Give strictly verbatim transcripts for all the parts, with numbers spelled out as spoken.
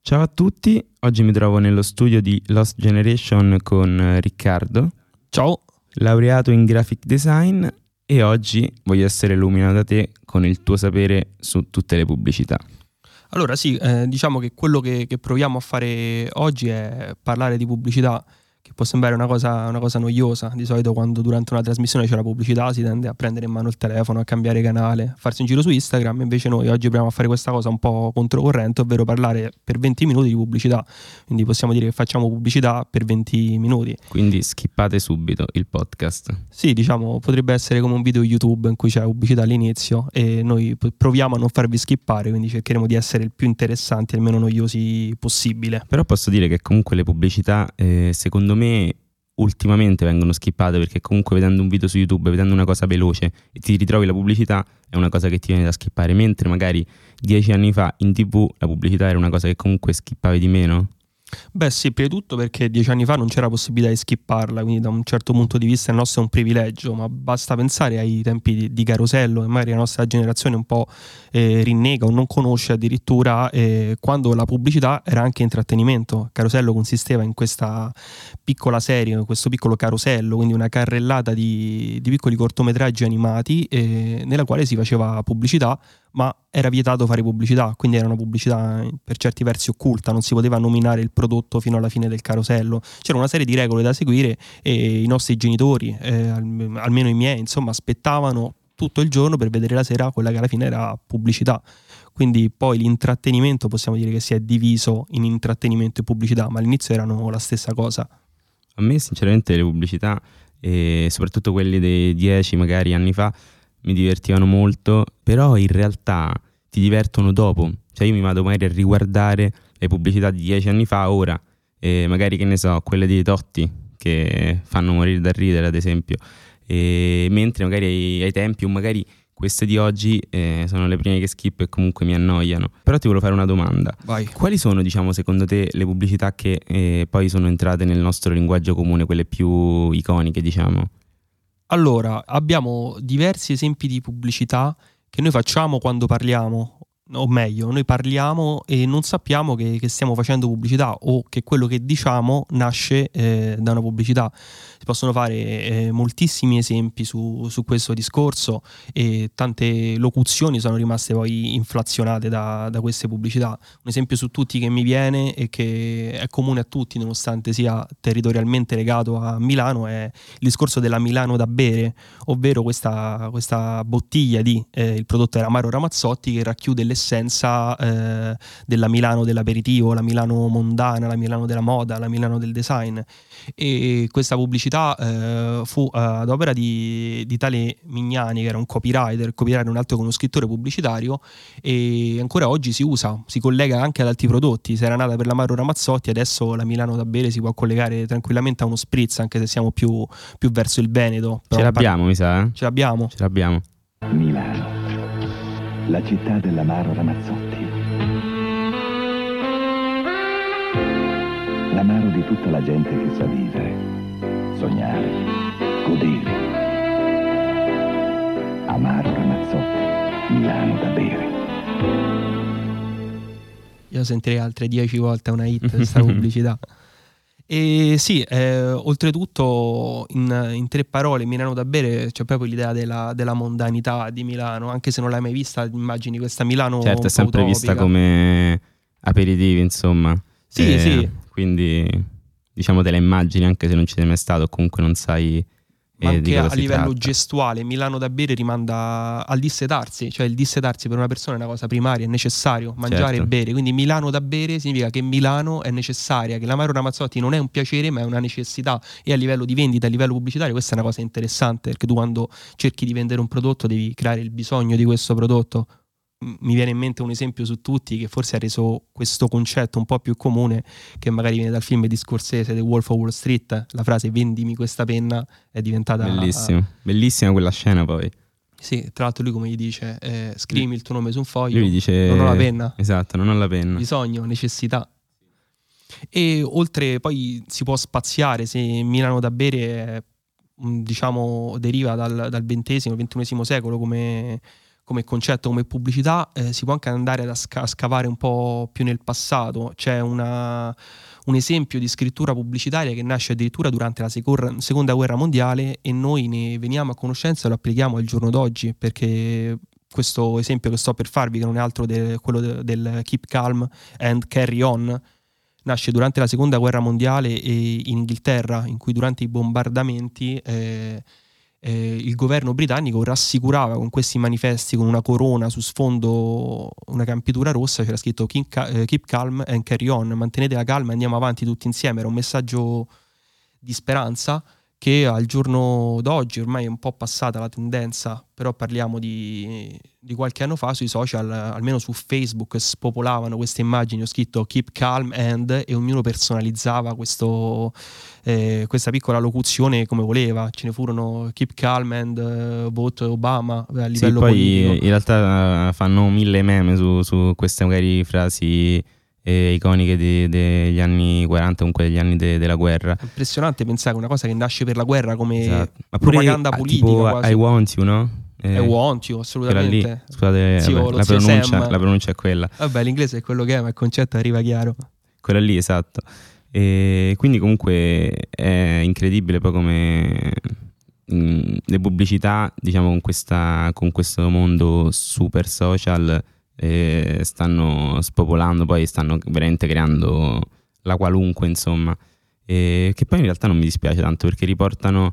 Ciao a tutti, oggi mi trovo nello studio di Lost Generation con Riccardo. Ciao. Laureato in graphic design, e oggi voglio essere illuminato da te con il tuo sapere su tutte le pubblicità. Allora sì, eh, diciamo che quello che, che proviamo a fare oggi è parlare di pubblicità, che può sembrare una cosa, una cosa noiosa. Di solito quando durante una trasmissione c'è la pubblicità si tende a prendere in mano il telefono, a cambiare canale, a farsi un giro su Instagram. Invece noi oggi proviamo a fare questa cosa un po' controcorrente, ovvero parlare per venti minuti di pubblicità. Quindi possiamo dire che facciamo pubblicità per venti minuti. Quindi skippate subito il podcast. Sì, diciamo, potrebbe essere come un video YouTube in cui c'è pubblicità all'inizio e noi proviamo a non farvi skippare, quindi cercheremo di essere il più interessanti e il meno noiosi possibile. Però posso dire che comunque le pubblicità, eh, secondo me, ultimamente vengono skippate, perché comunque vedendo un video su YouTube, vedendo una cosa veloce e ti ritrovi la pubblicità, è una cosa che ti viene da skippare, mentre magari dieci anni fa in TV la pubblicità era una cosa che comunque skippavi di meno. Beh sì, prima di tutto perché dieci anni fa non c'era possibilità di skipparla, quindi da un certo punto di vista il nostro è un privilegio, ma basta pensare ai tempi di, di Carosello, che magari la nostra generazione un po' eh, rinnega o non conosce addirittura, eh, quando la pubblicità era anche intrattenimento. Carosello consisteva in questa piccola serie, in questo piccolo carosello, quindi una carrellata di, di piccoli cortometraggi animati eh, nella quale si faceva pubblicità, ma era vietato fare pubblicità, quindi era una pubblicità per certi versi occulta, non si poteva nominare il prodotto fino alla fine del carosello. C'era una serie di regole da seguire e i nostri genitori, eh, almeno i miei, insomma, aspettavano tutto il giorno per vedere la sera quella che alla fine era pubblicità. Quindi poi l'intrattenimento possiamo dire che si è diviso in intrattenimento e pubblicità, ma all'inizio erano la stessa cosa. A me sinceramente le pubblicità, e soprattutto quelli dei dieci magari anni fa, mi divertivano molto, però in realtà ti divertono dopo. Cioè io mi vado magari a riguardare le pubblicità di dieci anni fa ora, e magari, che ne so, quelle dei Totti che fanno morire da ridere ad esempio, e mentre magari ai, ai tempi o magari queste di oggi eh, sono le prime che skip e comunque mi annoiano. Però ti volevo fare una domanda. Vai. Quali sono, diciamo, secondo te le pubblicità che eh, poi sono entrate nel nostro linguaggio comune, quelle più iconiche, diciamo? Allora, abbiamo diversi esempi di pubblicità che noi facciamo quando parliamo, o meglio, noi parliamo e non sappiamo che, che stiamo facendo pubblicità o che quello che diciamo nasce eh, da una pubblicità. Si possono fare eh, moltissimi esempi su, su questo discorso e tante locuzioni sono rimaste poi inflazionate da, da queste pubblicità. Un esempio su tutti che mi viene e che è comune a tutti nonostante sia territorialmente legato a Milano è il discorso della Milano da bere, ovvero questa, questa bottiglia di, eh, il prodotto era Amaro Ramazzotti, che racchiude l'essenza eh, della Milano dell'aperitivo, la Milano mondana, la Milano della moda, la Milano del design. E questa pubblicità eh, fu uh, ad opera di, di tale Mignani, che era un copywriter, copywriter un altro che uno scrittore pubblicitario, e ancora oggi si usa, si collega anche ad altri prodotti. Se era nata per l'Amaro Ramazzotti, adesso la Milano da bere si può collegare tranquillamente a uno spritz, anche se siamo più, più verso il Veneto. Ce l'abbiamo, mi sa, eh? Ce l'abbiamo? Ce l'abbiamo. Milano, la città dell'Amaro Ramazzotti. L'amaro di tutta la gente che sa vivere, sognare, godere. Amaro Ramazzotti, Milano da bere. Io sentirei altre dieci volte una hit questa pubblicità. E sì, eh, oltretutto in, in tre parole Milano da bere c'è proprio l'idea della, della mondanità di Milano, anche se non l'hai mai vista, immagini questa Milano. Certo, è sempre utopica, vista come aperitivi, insomma. Sì, eh, sì. Quindi diciamo te la immagini anche se non ci sei mai stato o comunque non sai. Ma eh, anche di cosa a si livello tratta. gestuale Milano da bere rimanda al dissetarsi, cioè il dissetarsi per una persona è una cosa primaria, è necessario mangiare Certo. e bere, quindi Milano da bere significa che Milano è necessaria, che l'Amaro Ramazzotti non è un piacere ma è una necessità, e a livello di vendita, a livello pubblicitario questa è una cosa interessante, perché tu quando cerchi di vendere un prodotto devi creare il bisogno di questo prodotto. Mi viene in mente un esempio su tutti che forse ha reso questo concetto un po' più comune, che magari viene dal film di Scorsese, The Wolf of Wall Street. La frase "vendimi questa penna" è diventata Bellissimo, bellissima quella scena poi. Sì, tra l'altro lui come gli dice, eh, scrivimi il tuo nome su un foglio, Lui gli dice non ho la penna. Esatto, non ho la penna. Bisogno, necessità. E oltre poi si può spaziare, se Milano da bere è, diciamo, deriva dal, dal ventesimo, ventunesimo secolo come come concetto, come pubblicità, eh, si può anche andare ad sca- a scavare un po' più nel passato. C'è una, un esempio di scrittura pubblicitaria che nasce addirittura durante la secor- seconda guerra mondiale, e noi ne veniamo a conoscenza e lo applichiamo al giorno d'oggi, perché questo esempio che sto per farvi, che non è altro de- quello de- del Keep Calm and Carry On, nasce durante la seconda guerra mondiale e in Inghilterra, in cui durante i bombardamenti eh, eh, il governo britannico rassicurava con questi manifesti, con una corona su sfondo, una campitura rossa, c'era scritto Keep, ca- eh, keep calm and carry on, mantenete la calma e andiamo avanti tutti insieme. Era un messaggio di speranza che al giorno d'oggi ormai è un po' passata la tendenza, però parliamo di, di qualche anno fa, sui social, almeno su Facebook, spopolavano queste immagini, ho scritto Keep Calm and, e ognuno personalizzava questo, eh, questa piccola locuzione come voleva. Ce ne furono Keep Calm and uh, vote Obama a livello sì, poi politico. In realtà fanno mille meme su, su queste magari frasi eh, iconiche de, degli anni quaranta, comunque degli anni de, della guerra. È impressionante pensare che una cosa che nasce per la guerra come esatto. Ma pure, propaganda ah, politica, tipo quasi. I want you, no? Eh, I want you, assolutamente. Lì, scusate, sì, vabbè, lo la, zio pronuncia, Sam. la pronuncia è quella. Vabbè, l'inglese è quello che è, ma il concetto arriva chiaro. Quella lì, esatto. E quindi comunque è incredibile poi come mh, le pubblicità, diciamo, con, questa, con questo mondo super social eh, stanno spopolando, poi stanno veramente creando la qualunque, insomma. E che poi in realtà non mi dispiace tanto, perché riportano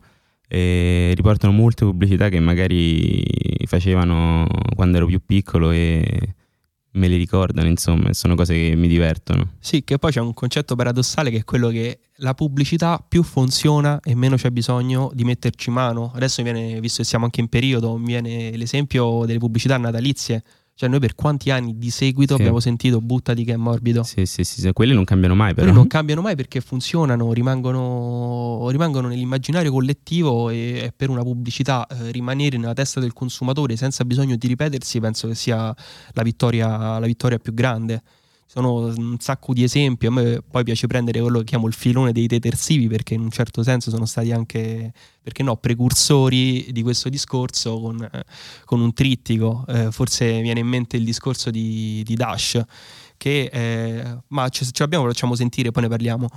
E riportano molte pubblicità che magari facevano quando ero più piccolo e me le ricordano, insomma, sono cose che mi divertono. Sì, che poi c'è un concetto paradossale che è quello che la pubblicità più funziona e meno c'è bisogno di metterci mano. Adesso mi viene, visto che siamo anche in periodo, mi viene l'esempio delle pubblicità natalizie. Cioè noi per quanti anni di seguito sì. abbiamo sentito buttati che è morbido. Sì, sì, sì, sì. Quelli non cambiano mai però. Quelli non cambiano mai perché funzionano, rimangono, rimangono nell'immaginario collettivo, e, e per una pubblicità eh, rimanere nella testa del consumatore senza bisogno di ripetersi penso che sia la vittoria, la vittoria più grande. Sono un sacco di esempi. A me poi piace prendere quello che chiamo il filone dei detersivi, perché in un certo senso sono stati anche, perché no, precursori di questo discorso con, eh, con un trittico. Eh, forse viene in mente il discorso di, di Dash, che eh, ma ce, ce l'abbiamo, lo facciamo sentire, poi ne parliamo.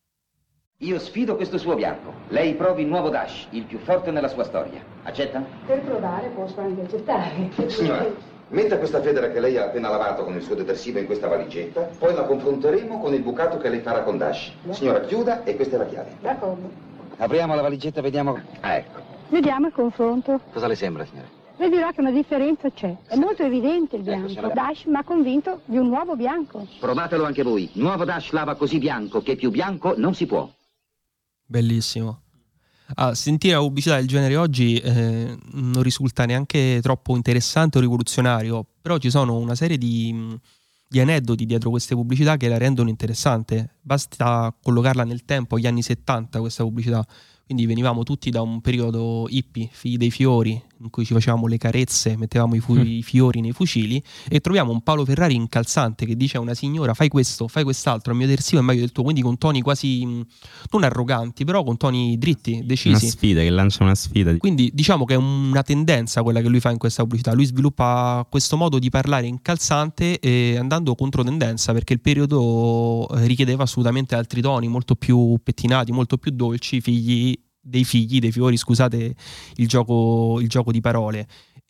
Io sfido questo suo bianco. Lei provi il nuovo Dash, il più forte nella sua storia. Accetta? Per provare posso anche accettare. Signora, metta questa federa che lei ha appena lavato con il suo detersivo in questa valigetta, poi la confronteremo con il bucato che lei farà con Dash. Signora, chiuda e questa è la chiave. D'accordo. Apriamo la valigetta e vediamo... Ah, ecco. Vediamo il confronto. Cosa le sembra, signora? Le dirò che una differenza c'è. È molto evidente il bianco. signora. Dash mi ha convinto di un nuovo bianco. Provatelo anche voi. Nuovo Dash lava così bianco che più bianco non si può. Bellissimo. Ah, sentire una pubblicità del genere oggi eh, non risulta neanche troppo interessante o rivoluzionario, però ci sono una serie di, di aneddoti dietro queste pubblicità che la rendono interessante. Basta collocarla nel tempo, agli anni settanta, questa pubblicità. Quindi venivamo tutti da un periodo hippie, figli dei fiori, in cui ci facevamo le carezze, mettevamo i, fu- i fiori nei fucili, e troviamo un Paolo Ferrari incalzante che dice a una signora: fai questo, fai quest'altro, il mio detersivo è meglio del tuo. Quindi con toni quasi mh, non arroganti, però con toni dritti, decisi. Una sfida, che lancia una sfida. Quindi diciamo che è una tendenza quella che lui fa in questa pubblicità. Lui sviluppa questo modo di parlare incalzante e andando contro tendenza, perché il periodo richiedeva assolutamente altri toni, molto più pettinati, molto più dolci, figli dei figli dei fiori, scusate il gioco, il gioco di parole.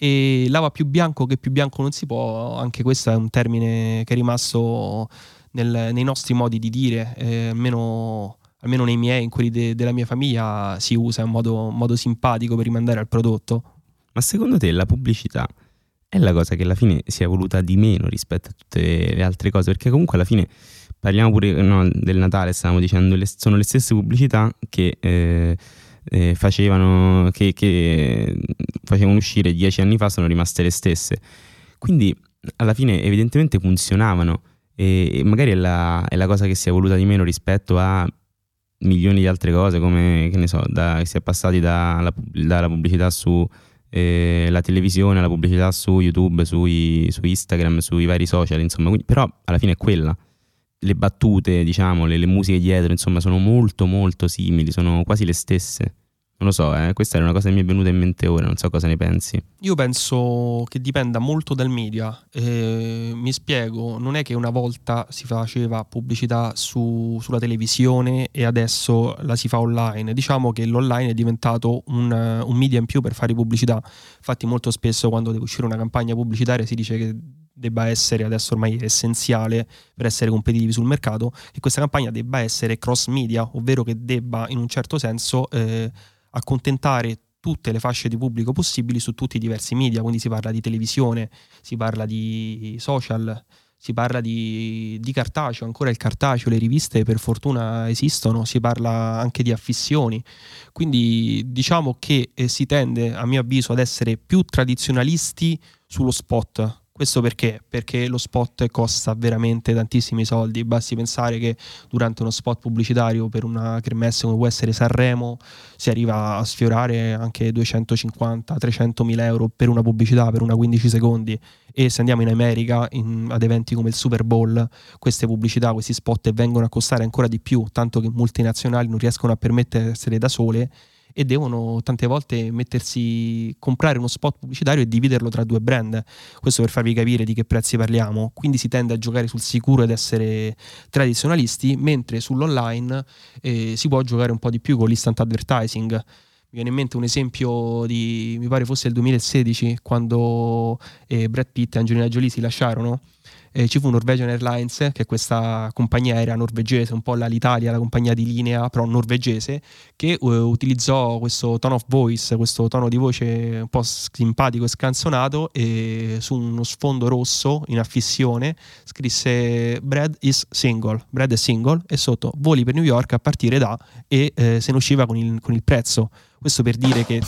E lava più bianco che più bianco non si può, anche questo è un termine che è rimasto nel, nei nostri modi di dire, eh, almeno, almeno nei miei, in quelli de, della mia famiglia si usa in modo, modo simpatico per rimandare al prodotto. Ma secondo te la pubblicità è la cosa che alla fine si è evoluta di meno rispetto a tutte le altre cose? Perché comunque alla fine, parliamo pure no, del Natale, stavamo dicendo, le, sono le stesse pubblicità che eh, eh, facevano che, che facevano uscire dieci anni fa, sono rimaste le stesse. Quindi alla fine evidentemente funzionavano, e, e magari è la, è la cosa che si è evoluta di meno rispetto a milioni di altre cose, come che ne so, da, si è passati dalla, dalla pubblicità su eh, la televisione alla pubblicità su YouTube, sui, su Instagram, sui vari social, insomma. Quindi, però alla fine è quella. Le battute, diciamo, le, le musiche dietro, insomma, sono molto molto simili, sono quasi le stesse. Non lo so, eh? Questa era una cosa che mi è venuta in mente ora, non so cosa ne pensi. Io penso che dipenda molto dal media. Eh, mi spiego, non è che una volta si faceva pubblicità su, sulla televisione e adesso la si fa online. Diciamo che l'online è diventato un, un media in più per fare pubblicità. Infatti molto spesso quando deve uscire una campagna pubblicitaria si dice che debba essere, adesso ormai è essenziale per essere competitivi sul mercato, che questa campagna debba essere cross media, ovvero che debba in un certo senso eh, accontentare tutte le fasce di pubblico possibili su tutti i diversi media. Quindi si parla di televisione, si parla di social, si parla di, di cartaceo, ancora il cartaceo, le riviste per fortuna esistono, si parla anche di affissioni. Quindi diciamo che eh, si tende, a mio avviso, ad essere più tradizionalisti sullo spot. Questo perché? Perché lo spot costa veramente tantissimi soldi. Basti pensare che durante uno spot pubblicitario per una kermesse come può essere Sanremo si arriva a sfiorare anche duecentocinquanta trecentomila euro per una pubblicità, per una quindici secondi. E se andiamo in America in, ad eventi come il Super Bowl, queste pubblicità, questi spot vengono a costare ancora di più, tanto che multinazionali non riescono a permettersele da sole e devono tante volte mettersi, comprare uno spot pubblicitario e dividerlo tra due brand. Questo per farvi capire di che prezzi parliamo. Quindi si tende a giocare sul sicuro ed essere tradizionalisti, mentre sull'online eh, si può giocare un po' di più con l'instant advertising. Mi viene in mente un esempio di, mi pare fosse il duemilasedici, quando eh, Brad Pitt e Angelina Jolie si lasciarono. Eh, ci fu Norwegian Airlines, che è questa compagnia aerea norvegese, un po' l'Alitalia, la compagnia di linea però norvegese, che uh, utilizzò questo tone of voice, questo tono di voce un po' simpatico e scanzonato, e su uno sfondo rosso in affissione scrisse Brad is single, Brad è single, e sotto voli per New York a partire da, e eh, se ne usciva con il, con il prezzo. Questo per dire che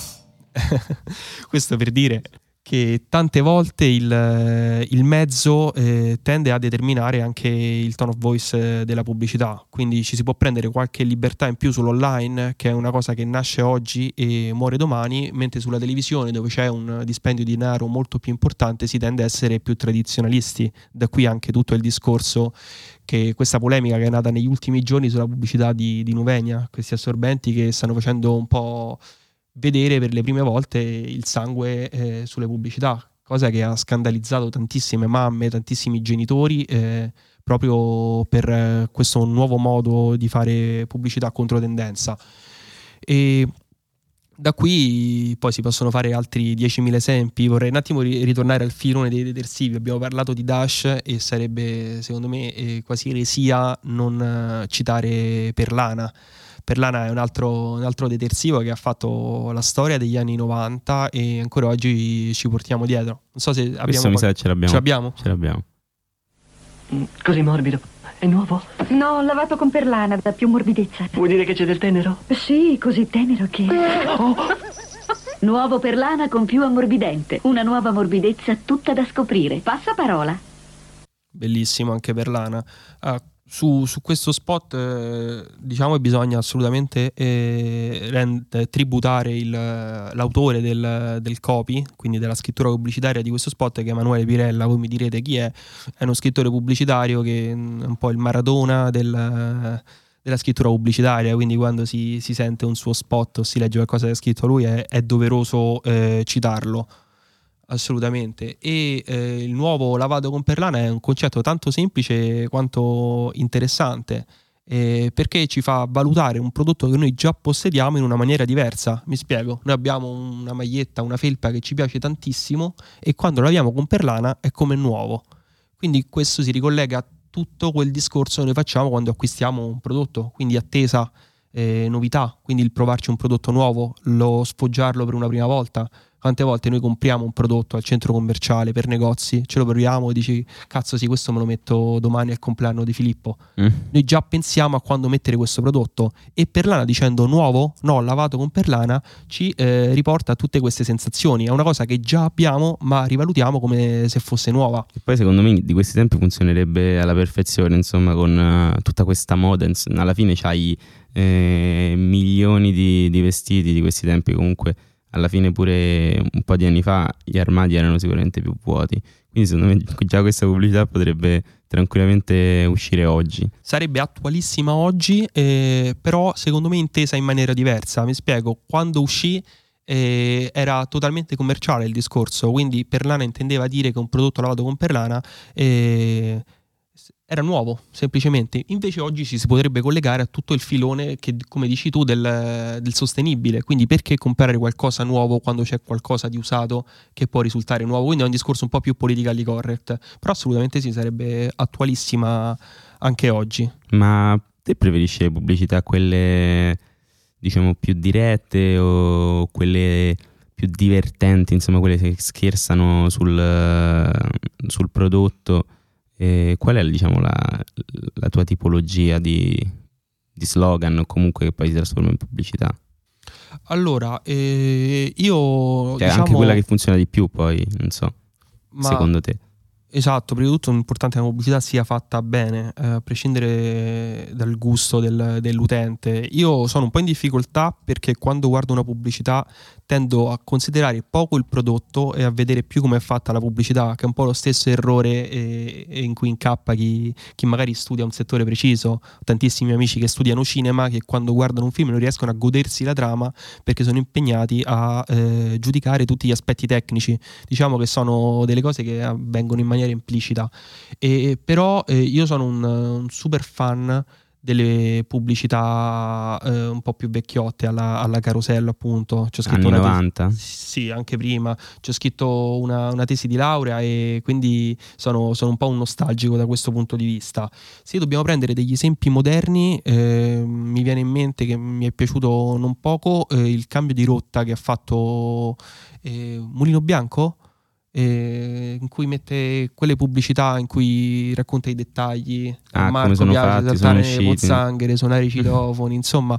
questo per dire che tante volte il, il mezzo eh, tende a determinare anche il tone of voice della pubblicità, quindi ci si può prendere qualche libertà in più sull'online, che è una cosa che nasce oggi e muore domani, mentre sulla televisione, dove c'è un dispendio di denaro molto più importante, si tende a essere più tradizionalisti. Da qui anche tutto il discorso, che questa polemica che è nata negli ultimi giorni sulla pubblicità di, di Nuvenia, questi assorbenti che stanno facendo un po' vedere per le prime volte il sangue eh, sulle pubblicità, cosa che ha scandalizzato tantissime mamme, tantissimi genitori, eh, proprio per eh, questo nuovo modo di fare pubblicità controtendenza. E da qui poi si possono fare altri diecimila esempi. Vorrei un attimo ri- ritornare al filone dei detersivi. Abbiamo parlato di Dash e sarebbe, secondo me, eh, quasi eresia non eh, citare Perlana. Perlana è un altro, un altro detersivo che ha fatto la storia degli anni novanta e ancora oggi ci portiamo dietro. Non so se abbiamo... Questo mi sa che ce l'abbiamo. Ce l'abbiamo? Ce l'abbiamo. Mm, così morbido. È nuovo? No, ho lavato con Perlana, da più morbidezza. Vuol dire che c'è del tenero? Sì, così tenero che... Oh. Nuovo Perlana con più ammorbidente. Una nuova morbidezza tutta da scoprire. Passa parola. Bellissimo anche Perlana. Ah, Su, su questo spot eh, diciamo che bisogna assolutamente eh, rend- tributare il, l'autore del, del copy, quindi della scrittura pubblicitaria di questo spot, che è Emanuele Pirella. Voi mi direte chi è. È uno scrittore pubblicitario che è un po' il Maradona del, della scrittura pubblicitaria, quindi quando si, si sente un suo spot o si legge qualcosa che ha scritto lui è, è doveroso eh, citarlo. Assolutamente. E eh, il nuovo lavato con Perlana è un concetto tanto semplice quanto interessante, eh, perché ci fa valutare un prodotto che noi già possediamo in una maniera diversa. Mi spiego: noi abbiamo una maglietta, una felpa che ci piace tantissimo e quando la laviamo con Perlana è come nuovo. Quindi questo si ricollega a tutto quel discorso che noi facciamo quando acquistiamo un prodotto, quindi attesa, eh, novità, quindi il provarci un prodotto nuovo, lo sfoggiarlo per una prima volta. Quante volte noi compriamo un prodotto al centro commerciale, per negozi, ce lo proviamo e dici cazzo sì, questo me lo metto domani al compleanno di Filippo. Mm. Noi già pensiamo a quando mettere questo prodotto, e Perlana, dicendo nuovo, no, lavato con Perlana, ci eh, riporta a tutte queste sensazioni. È una cosa che già abbiamo ma rivalutiamo come se fosse nuova. E poi secondo me di questi tempi funzionerebbe alla perfezione, insomma, con uh, tutta questa moda. Alla fine c'hai eh, milioni di, di vestiti di questi tempi comunque alla fine pure un po' di anni fa gli armadi erano sicuramente più vuoti, quindi secondo me già questa pubblicità potrebbe tranquillamente uscire oggi. Sarebbe attualissima oggi, eh, però secondo me intesa in maniera diversa. Mi spiego, quando uscì eh, era totalmente commerciale il discorso, quindi Perlana intendeva dire che un prodotto lavato con Perlana eh, era nuovo, semplicemente. Invece oggi ci si potrebbe collegare a tutto il filone che, come dici tu, del, del sostenibile. Quindi perché comprare qualcosa nuovo quando c'è qualcosa di usato che può risultare nuovo? Quindi è un discorso un po' più politically correct, però assolutamente sì, sarebbe attualissima anche oggi. Ma te preferisci le pubblicità quelle, diciamo, più dirette o quelle più divertenti, insomma quelle che scherzano sul, sul prodotto? E qual è, diciamo, la, la tua tipologia di, di slogan o comunque che poi si trasforma in pubblicità? Allora, eh, io cioè, diciamo, anche quella che funziona di più poi, non so, ma, secondo te? Esatto, prima di tutto è importante che la pubblicità sia fatta bene, eh, a prescindere dal gusto del, dell'utente. Io sono un po' in difficoltà perché quando guardo una pubblicità tendo a considerare poco il prodotto e a vedere più come è fatta la pubblicità, che è un po' lo stesso errore e, e in cui incappa chi, chi magari studia un settore preciso. Ho tantissimi amici che studiano cinema che quando guardano un film non riescono a godersi la trama perché sono impegnati a eh, giudicare tutti gli aspetti tecnici. Diciamo che sono delle cose che avvengono in maniera implicita, e, però eh, io sono un, un super fan delle pubblicità eh, un po' più vecchiotte, alla, alla Carosello, appunto. C'ho scritto anni una novanta? Tesi, sì, anche prima. C'ho scritto una, una tesi di laurea e quindi sono, sono un po' un nostalgico da questo punto di vista. Se dobbiamo prendere degli esempi moderni, eh, mi viene in mente che mi è piaciuto non poco eh, il cambio di rotta che ha fatto eh, Mulino Bianco, Eh, in cui mette quelle pubblicità in cui racconta i dettagli. Ah, a Marco come sono piace fatti, saltare sono le usciti. pozzanghere, suonare i citofoni, insomma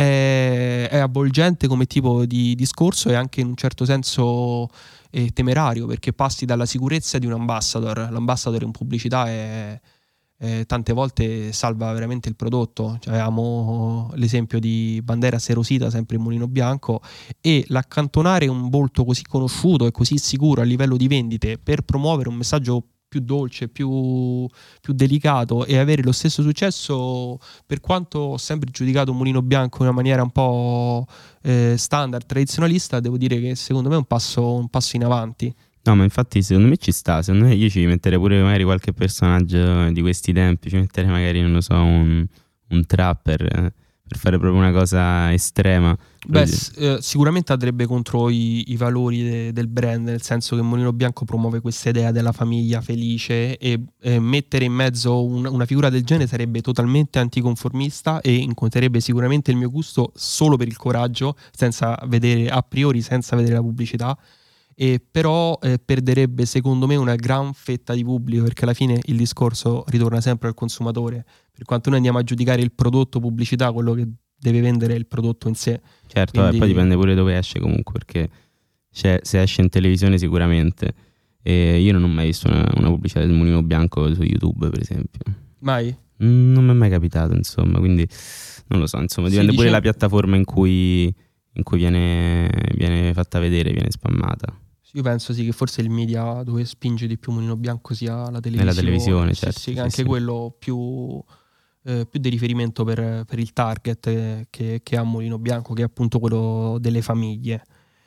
è, è avvolgente come tipo di discorso e anche in un certo senso è temerario, perché passi dalla sicurezza di un ambassador. L'ambassador in pubblicità è Eh, tante volte salva veramente il prodotto. Cioè, avevamo l'esempio di Banderas e Rosita sempre in Mulino Bianco, e l'accantonare un volto così conosciuto e così sicuro a livello di vendite per promuovere un messaggio più dolce, più, più delicato e avere lo stesso successo, per quanto ho sempre giudicato Mulino Bianco in una maniera un po' eh, standard, tradizionalista, devo dire che secondo me è un passo, un passo in avanti. No, ma infatti secondo me ci sta, secondo me io ci metterei pure magari qualche personaggio di questi tempi, ci metterei magari, non lo so, un, un trapper eh, per fare proprio una cosa estrema. Beh, s- eh, sicuramente andrebbe contro i, i valori de- del brand, nel senso che Mulino Bianco promuove questa idea della famiglia felice e eh, mettere in mezzo un- una figura del genere sarebbe totalmente anticonformista e incontrerebbe sicuramente il mio gusto solo per il coraggio, senza vedere a priori, senza vedere la pubblicità. E però eh, perderebbe secondo me una gran fetta di pubblico, perché alla fine il discorso ritorna sempre al consumatore. Per quanto noi andiamo a giudicare il prodotto pubblicità, quello che deve vendere è il prodotto in sé. Certo, Quindi... eh, poi dipende pure dove esce comunque, perché c'è, se esce in televisione sicuramente. E io non ho mai visto una, una pubblicità del Mulino Bianco su YouTube, per esempio. Mai? Mm, non mi è mai capitato, insomma, quindi non lo so, insomma, dipende Sì, pure dice... la piattaforma in cui, in cui viene, viene fatta vedere, viene spammata. Io penso sì che forse il media dove spinge di più Mulino Bianco sia la televisione. Nella televisione, sì, certo. Sì, Sì, anche sì. quello più, eh, più di riferimento per, per il target eh, che, che ha Mulino Bianco, che è appunto quello delle famiglie.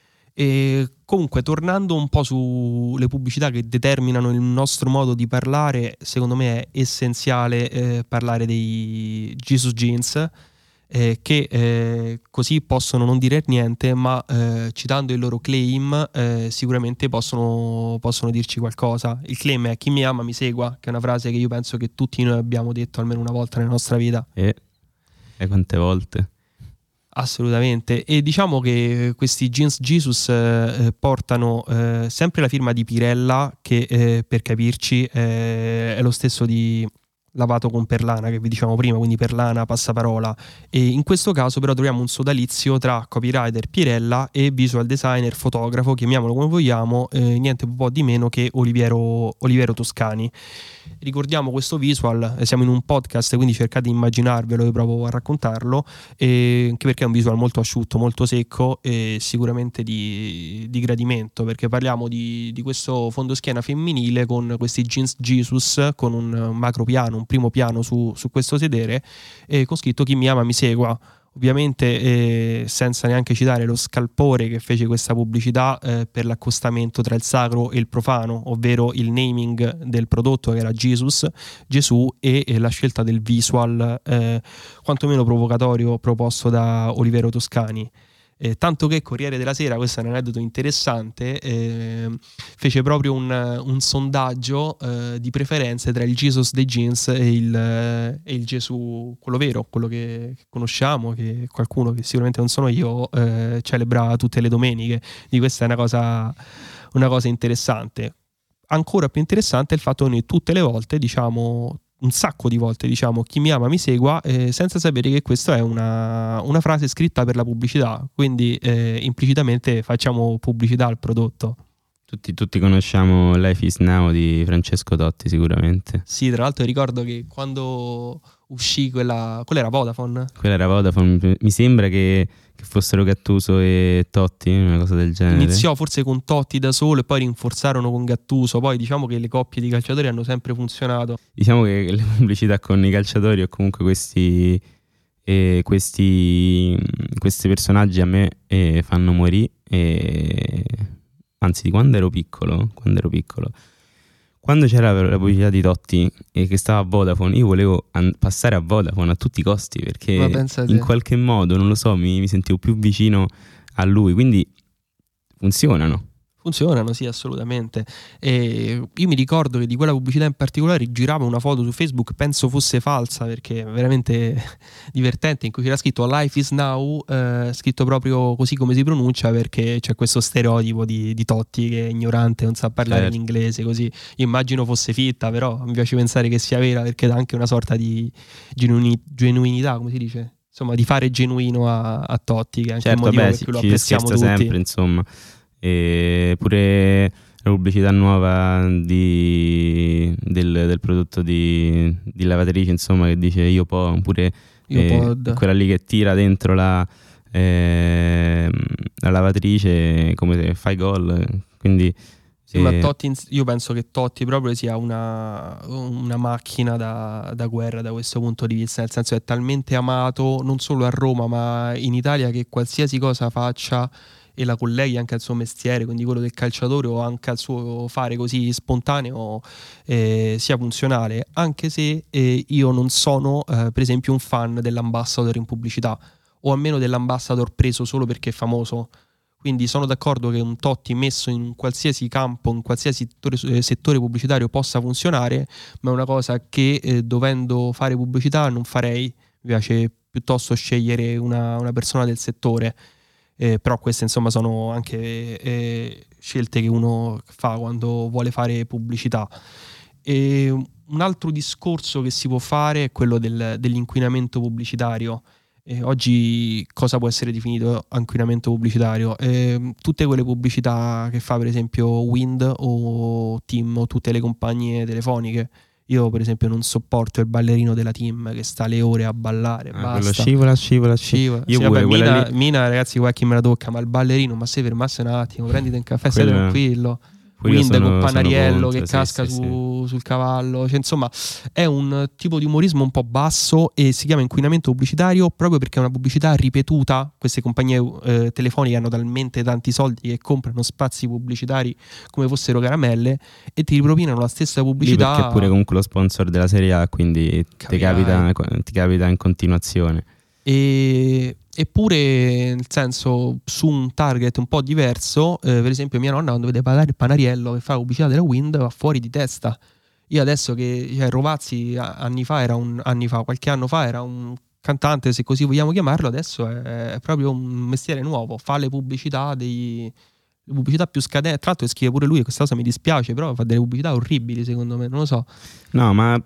E comunque, tornando un po' sulle pubblicità che determinano il nostro modo di parlare, secondo me è essenziale eh, parlare dei Jesus Jeans, Eh, che eh, così possono non dire niente, ma eh, citando il loro claim eh, sicuramente possono, possono dirci qualcosa. Il claim è: chi mi ama mi segua, che è una frase che io penso che tutti noi abbiamo detto almeno una volta nella nostra vita. E, e quante volte? Assolutamente. E diciamo che questi Jeans Jesus eh, portano eh, sempre la firma di Pirella, che eh, per capirci eh, è lo stesso di lavato con perlana, che vi dicevamo prima, quindi perlana, passaparola. E in questo caso però troviamo un sodalizio tra copywriter Pirella e visual designer, fotografo, chiamiamolo come vogliamo, eh, niente un po' di meno che Oliviero, Oliviero Toscani. Ricordiamo questo visual, eh, siamo in un podcast, quindi cercate di immaginarvelo, io provo a raccontarlo, eh, anche perché è un visual molto asciutto, molto secco e sicuramente di, di gradimento, perché parliamo di, di questo fondoschiena femminile con questi jeans Jesus, con un macro piano, un primo piano su, su questo sedere, eh, con scritto "Chi mi ama mi segua". Ovviamente eh, senza neanche citare lo scalpore che fece questa pubblicità eh, per l'accostamento tra il sacro e il profano, ovvero il naming del prodotto che era Jesus, Gesù, e, e la scelta del visual eh, quantomeno provocatorio proposto da Oliviero Toscani. Eh, tanto che Corriere della Sera, questo è un aneddoto interessante, eh, fece proprio un, un sondaggio eh, di preferenze tra il Jesus dei jeans e il, eh, e il Gesù, quello vero, quello che, che conosciamo, che qualcuno, che sicuramente non sono io, eh, celebra tutte le domeniche. Di questa è una cosa, una cosa interessante. Ancora più interessante è il fatto che noi tutte le volte diciamo, un sacco di volte diciamo "chi mi ama mi segua", eh, senza sapere che questa è una, una frase scritta per la pubblicità, quindi eh, implicitamente facciamo pubblicità al prodotto. Tutti, tutti conosciamo Life is Now di Francesco Totti sicuramente. Sì, tra l'altro ricordo che quando uscì quella, quella era Vodafone. Quella era Vodafone, mi sembra che, che fossero Gattuso e Totti, una cosa del genere. Iniziò forse con Totti da solo e poi rinforzarono con Gattuso, poi diciamo che le coppie di calciatori hanno sempre funzionato. Diciamo che le pubblicità con i calciatori o comunque questi, eh, questi, questi personaggi a me eh, fanno morire, eh, anzi di quando ero piccolo, quando ero piccolo. Quando c'era la pubblicità di Totti e che stava a Vodafone, io volevo an- passare a Vodafone a tutti i costi, perché in qualche modo, non lo so, mi, mi sentivo più vicino a lui, quindi funzionano. Funzionano, sì, assolutamente. E io mi ricordo che di quella pubblicità in particolare girava una foto su Facebook, penso fosse falsa perché è veramente divertente, in cui c'era scritto "Life is now", eh, scritto proprio così come si pronuncia, perché c'è questo stereotipo di, di Totti che è ignorante, non sa parlare certo. l'inglese, così. Io immagino fosse fitta, però mi piace pensare che sia vera, perché dà anche una sorta di genuini- genuinità, come si dice? Insomma, di fare genuino a, a Totti, che è anche certo, il motivo beh, per sì, cui lo ci apprezziamo tutti. sempre, insomma. E pure la pubblicità nuova di, del, del prodotto di, di lavatrice, insomma, che dice "io po", oppure eh, quella lì che tira dentro la, eh, la lavatrice come se fai gol, quindi sì, eh, ma Totti, io penso che Totti proprio sia una, una macchina da, da guerra da questo punto di vista, nel senso è talmente amato non solo a Roma ma in Italia, che qualsiasi cosa faccia e la colleghi anche al suo mestiere, quindi quello del calciatore, o anche al suo fare così spontaneo, eh, sia funzionale, anche se eh, io non sono eh, per esempio un fan dell'ambassador in pubblicità, o almeno dell'ambassador preso solo perché è famoso. Quindi sono d'accordo che un Totti messo in qualsiasi campo, in qualsiasi settore, settore pubblicitario possa funzionare, ma è una cosa che eh, dovendo fare pubblicità non farei. Mi piace piuttosto scegliere una, una persona del settore. Eh, però queste insomma sono anche eh, scelte che uno fa quando vuole fare pubblicità. E un altro discorso che si può fare è quello del, dell'inquinamento pubblicitario. Eh, oggi cosa può essere definito inquinamento pubblicitario? Eh, tutte quelle pubblicità che fa per esempio Wind o TIM o tutte le compagnie telefoniche. Io per esempio non sopporto il ballerino della Team che sta le ore a ballare, ah, basta. Quello scivola, scivola, scivola. Io sì, pure, vabbè, Mina, lì... Mina ragazzi, qua chi me la tocca, ma il ballerino, ma se fermasse un attimo, prenditi un caffè, stai Quello... tranquillo. Poi Wind sono, con Panariello contro, che sì, casca sì, su, sì. sul cavallo, cioè, insomma è un tipo di umorismo un po' basso e si chiama inquinamento pubblicitario proprio perché è una pubblicità ripetuta. Queste compagnie eh, telefoniche hanno talmente tanti soldi che comprano spazi pubblicitari come fossero caramelle e ti ripropinano la stessa pubblicità. Lì perché è pure comunque lo sponsor della Serie A, quindi ti capita, ti capita in continuazione. E, eppure nel senso su un target un po' diverso, eh, per esempio mia nonna quando vede Panariello che fa la pubblicità della Wind va fuori di testa. Io adesso che cioè, Rovazzi anni fa era un anni fa qualche anno fa era un cantante, se così vogliamo chiamarlo, adesso è, è proprio un mestiere nuovo, fa le pubblicità dei le pubblicità più scadenti. Tra l'altro scrive pure lui e questa cosa mi dispiace, però fa delle pubblicità orribili secondo me, non lo so. No, ma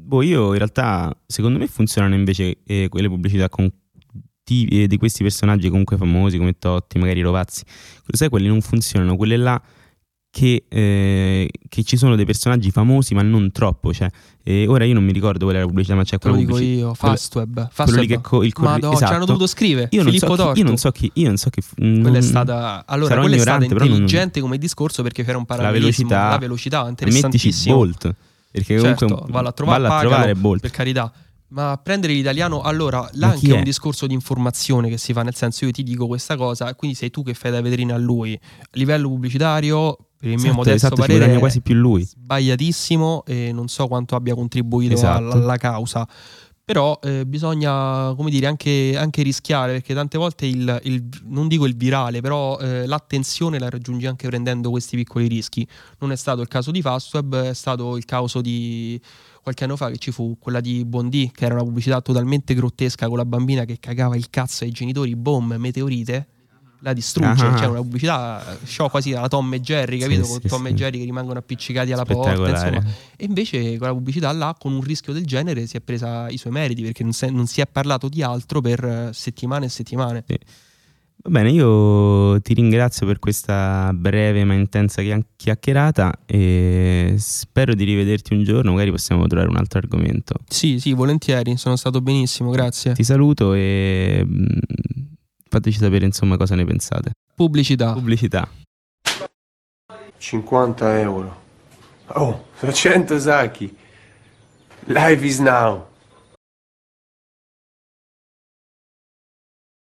boh, io in realtà, secondo me funzionano invece eh, quelle pubblicità con ti, eh, di questi personaggi comunque famosi come Totti, magari Rovazzi. Sai, quelli non funzionano, quelle là che, eh, che ci sono dei personaggi famosi ma non troppo, cioè eh, ora io non mi ricordo qual è la pubblicità, ma c'è Te lo quella dico pubblicità, io, Fastweb, quello Fastweb. lì che co- il corri- Madonna, esatto. ci hanno dovuto scrivere io non, Filippo so Torto. chi, io non so chi, io non so che non, quella è stata allora sarò quella è stata ignorante, però non- intelligente come discorso, perché c'era un parallelismo, la velocità, la velocità mettici interessantissimo. Bolt, perché comunque Certo, valla a trovare, valla a trovare Bolt. per carità. Ma prendere l'italiano, allora là Ma anche chi è è? un discorso di informazione che si fa, nel senso, io ti dico questa cosa, quindi sei tu che fai da vetrina a lui. A livello pubblicitario, per il mio Esatto, modesto esatto, ci parere, guadagna è quasi più lui. sbagliatissimo e non so quanto abbia contribuito Esatto. alla, alla causa. Però eh, bisogna, come dire, anche, anche rischiare, perché tante volte il, il non dico il virale, però eh, l'attenzione la raggiungi anche prendendo questi piccoli rischi. Non è stato il caso di Fastweb, è stato il caso di qualche anno fa che ci fu quella di Bondi, che era una pubblicità totalmente grottesca con la bambina che cagava il cazzo ai genitori, boom, meteorite, la distrugge. Ah. Cioè una pubblicità show quasi alla Tom e Jerry, capito? Sì, con sì, Tom sì. e Jerry che rimangono appiccicati alla porta, Spettacolare. insomma. E invece quella pubblicità là, con un rischio del genere, si è presa i suoi meriti, perché non, se- non si è parlato di altro per eh, settimane e settimane. Sì. Va bene, io ti ringrazio per questa breve ma intensa chia- chiacchierata e spero di rivederti un giorno, magari possiamo trovare un altro argomento. Sì, sì, volentieri, sono stato benissimo, grazie. Ti saluto e mh, fateci sapere insomma cosa ne pensate. Pubblicità. Pubblicità. cinquanta euro. Oh, cento sacchi. Life is now.